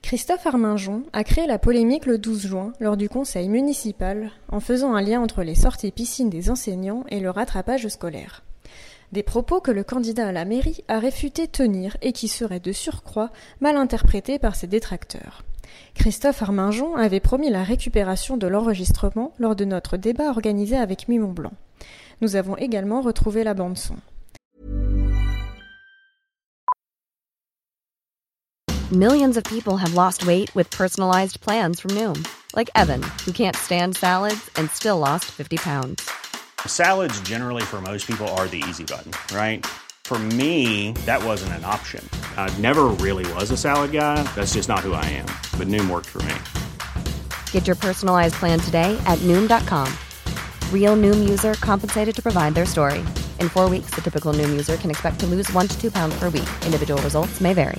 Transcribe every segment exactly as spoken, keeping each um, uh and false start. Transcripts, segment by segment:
Christophe Arminjon a créé la polémique le douze juin lors du conseil municipal en faisant un lien entre les sorties piscines des enseignants et le rattrapage scolaire. Des propos que le candidat à la mairie a réfuté tenir et qui seraient de surcroît mal interprétés par ses détracteurs. Christophe Arminjon avait promis la récupération de l'enregistrement lors de notre débat organisé avec Mimon Blanc. Nous avons également retrouvé la bande-son. Millions of people have lost weight with personalized plans from Noom. Like Evan, who can't stand salads and still lost fifty pounds. Salads generally for most people are the easy button, right? For me, that wasn't an option. I never really was a salad guy. That's just not who I am. But Noom worked for me. Get your personalized plan today at Noom dot com. Real Noom user compensated to provide their story. In four weeks, the typical Noom user can expect to lose one to two pounds per week. Individual results may vary.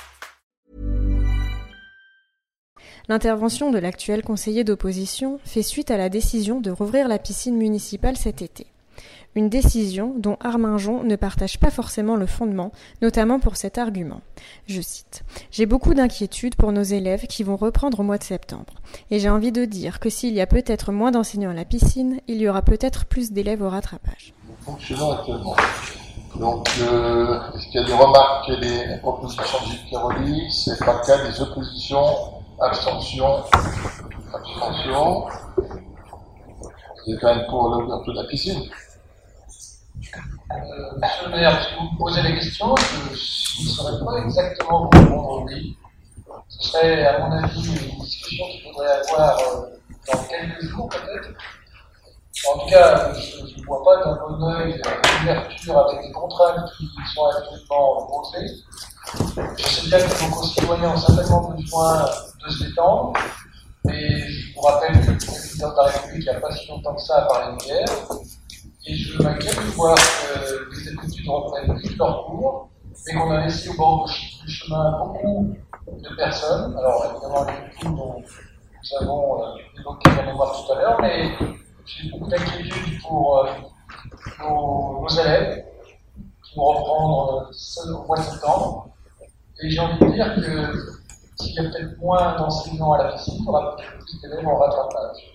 L'intervention de l'actuel conseiller d'opposition fait suite à la décision de rouvrir la piscine municipale cet été. Une décision dont Arminjon ne partage pas forcément le fondement, notamment pour cet argument. Je cite « J'ai beaucoup d'inquiétudes pour nos élèves qui vont reprendre au mois de septembre. Et j'ai envie de dire que s'il y a peut-être moins d'enseignants à la piscine, il y aura peut-être plus d'élèves au rattrapage. » Fonctionnons actuellement. Donc, euh, est-ce qu'il y a des remarques et des propositions de Gilles Piroli? C'est pas le cas des oppositions. Abstention, abstention. Vous êtes quand même pour l'ouverture de la piscine. Euh, monsieur le maire, si vous me posez la question, je ne saurais pas exactement vous répondre oui. Ce serait, à mon avis, une discussion qu'il faudrait avoir euh, dans quelques jours peut-être. En tout cas, je ne vois pas d'un bon œil l'ouverture avec des contraintes qui sont actuellement posées. Je sais bien que nos concitoyens ont certainement besoin de se détendre, mais je vous rappelle que le président de la République, il n'y a pas si longtemps que ça, a parlé d'hier, et je m'inquiète de voir que les études reprennent plus leur cours, mais qu'on a laissé au bord du chemin beaucoup de personnes. Alors évidemment, les tout dont nous avons euh, évoqué la mémoire tout à l'heure, mais j'ai beaucoup d'inquiétude pour euh, nos, nos élèves qui vont reprendre euh, au mois de septembre. Et j'ai envie de dire que s'il y a peut-être moins d'enseignants à la piscine, il y aura peut-être plus d'élèves en rattrapage.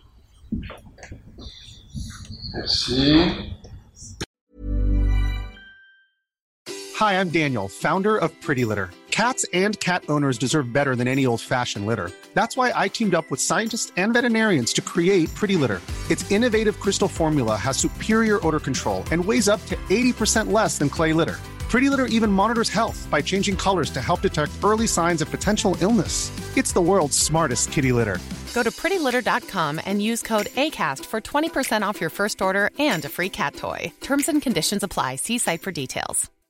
Merci. Hi, I'm Daniel, founder of Pretty Litter. Cats and cat owners deserve better than any old-fashioned litter. That's why I teamed up with scientists and veterinarians to create Pretty Litter. Its innovative crystal formula has superior odor control and weighs up to eighty percent less than clay litter. Pretty Litter even monitors health by changing colors to help detect early signs of potential illness. It's the world's smartest kitty litter. Go to pretty litter dot com and use code ACAST for twenty percent off your first order and a free cat toy. Terms and conditions apply. See site for details.